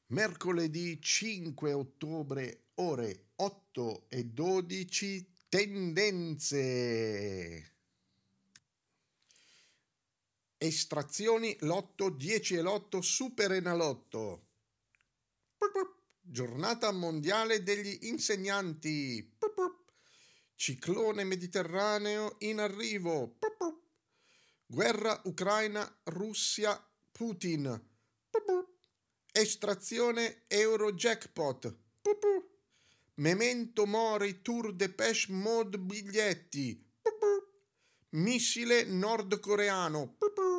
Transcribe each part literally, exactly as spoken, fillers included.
Mercoledì cinque ottobre, ore otto e dodici, tendenze. Estrazioni lotto dieci e lotto Super Enalotto. Giornata mondiale degli insegnanti. Ciclone mediterraneo in arrivo. Guerra Ucraina-Russia Putin. Estrazione Eurojackpot. Memento Mori Tour Depeche Mode biglietti. Missile nordcoreano.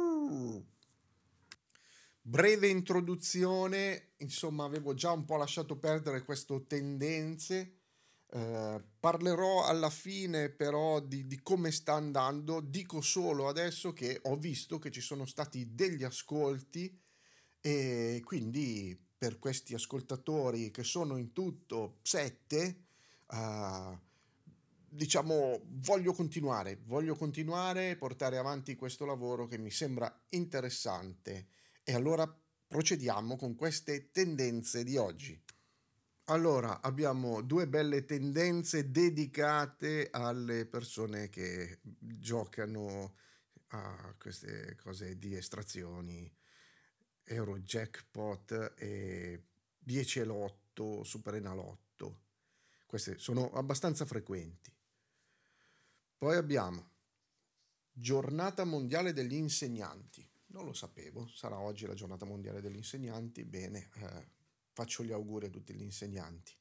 Breve introduzione, insomma avevo già un po' lasciato perdere queste tendenze. Eh, parlerò alla fine però di, di come sta andando. Dico solo adesso che ho visto che ci sono stati degli ascolti e quindi per questi ascoltatori, che sono in tutto sette, uh, diciamo voglio continuare, voglio continuare a portare avanti questo lavoro che mi sembra interessante. E allora procediamo con queste tendenze di oggi. Allora, abbiamo due belle tendenze dedicate alle persone che giocano a queste cose di estrazioni, Eurojackpot e dieci e lotto, Super Enalotto. Queste sono abbastanza frequenti. Poi abbiamo Giornata mondiale degli insegnanti. Non lo sapevo, sarà oggi la giornata mondiale degli insegnanti. Bene, eh, faccio gli auguri a tutti gli insegnanti.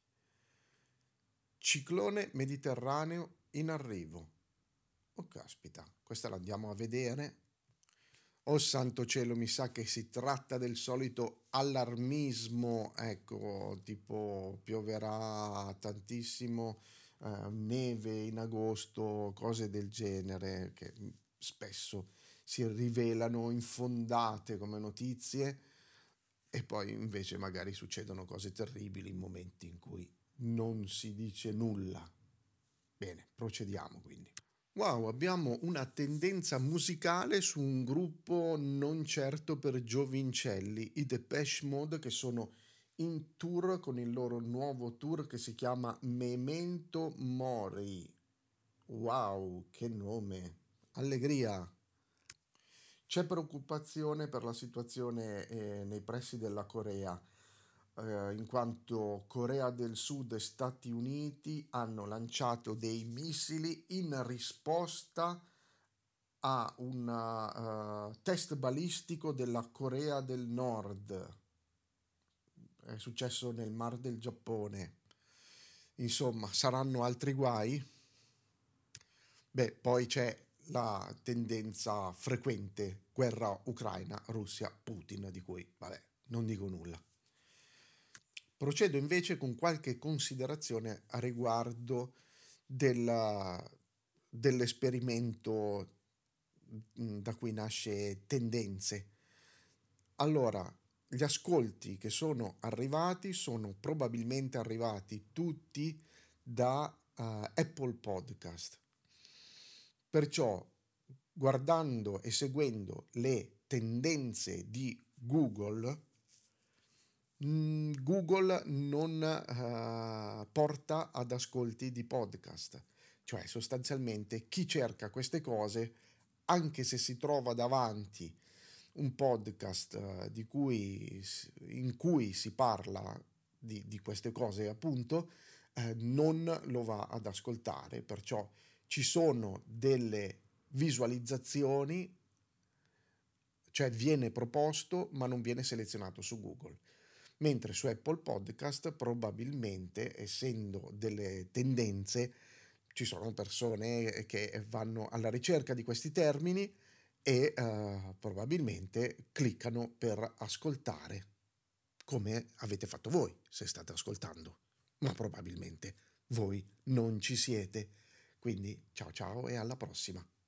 Ciclone mediterraneo in arrivo. Oh caspita, questa la andiamo a vedere. Oh santo cielo, mi sa che si tratta del solito allarmismo, ecco, tipo pioverà tantissimo, eh, neve in agosto, cose del genere, che spesso si rivelano infondate come notizie e poi invece magari succedono cose terribili in momenti in cui non si dice nulla. Bene, procediamo quindi. Wow, abbiamo una tendenza musicale su un gruppo non certo per giovincelli, i Depeche Mode, che sono in tour con il loro nuovo tour che si chiama Memento Mori. Wow, che nome! Allegria! C'è preoccupazione per la situazione eh, nei pressi della Corea, eh, in quanto Corea del Sud e Stati Uniti hanno lanciato dei missili in risposta a un uh, test balistico della Corea del Nord. È successo nel Mar del Giappone. Insomma, saranno altri guai? Beh, poi c'è la tendenza frequente guerra Ucraina, Russia, Putin, di cui, vabbè, non dico nulla. Procedo invece con qualche considerazione a riguardo della, dell'esperimento da cui nasce tendenze. Allora, gli ascolti che sono arrivati sono probabilmente arrivati tutti da uh, Apple Podcast. Perciò, guardando e seguendo le tendenze di Google, mh, Google non uh, porta ad ascolti di podcast. Cioè, sostanzialmente, chi cerca queste cose, anche se si trova davanti un podcast uh, di cui, in cui si parla di, di queste cose, appunto, eh, non lo va ad ascoltare. Perciò ci sono delle visualizzazioni, cioè viene proposto ma non viene selezionato su Google. Mentre su Apple Podcast probabilmente, essendo delle tendenze, ci sono persone che vanno alla ricerca di questi termini e uh, probabilmente cliccano per ascoltare, come avete fatto voi se state ascoltando, ma probabilmente voi non ci siete. Quindi ciao ciao e alla prossima.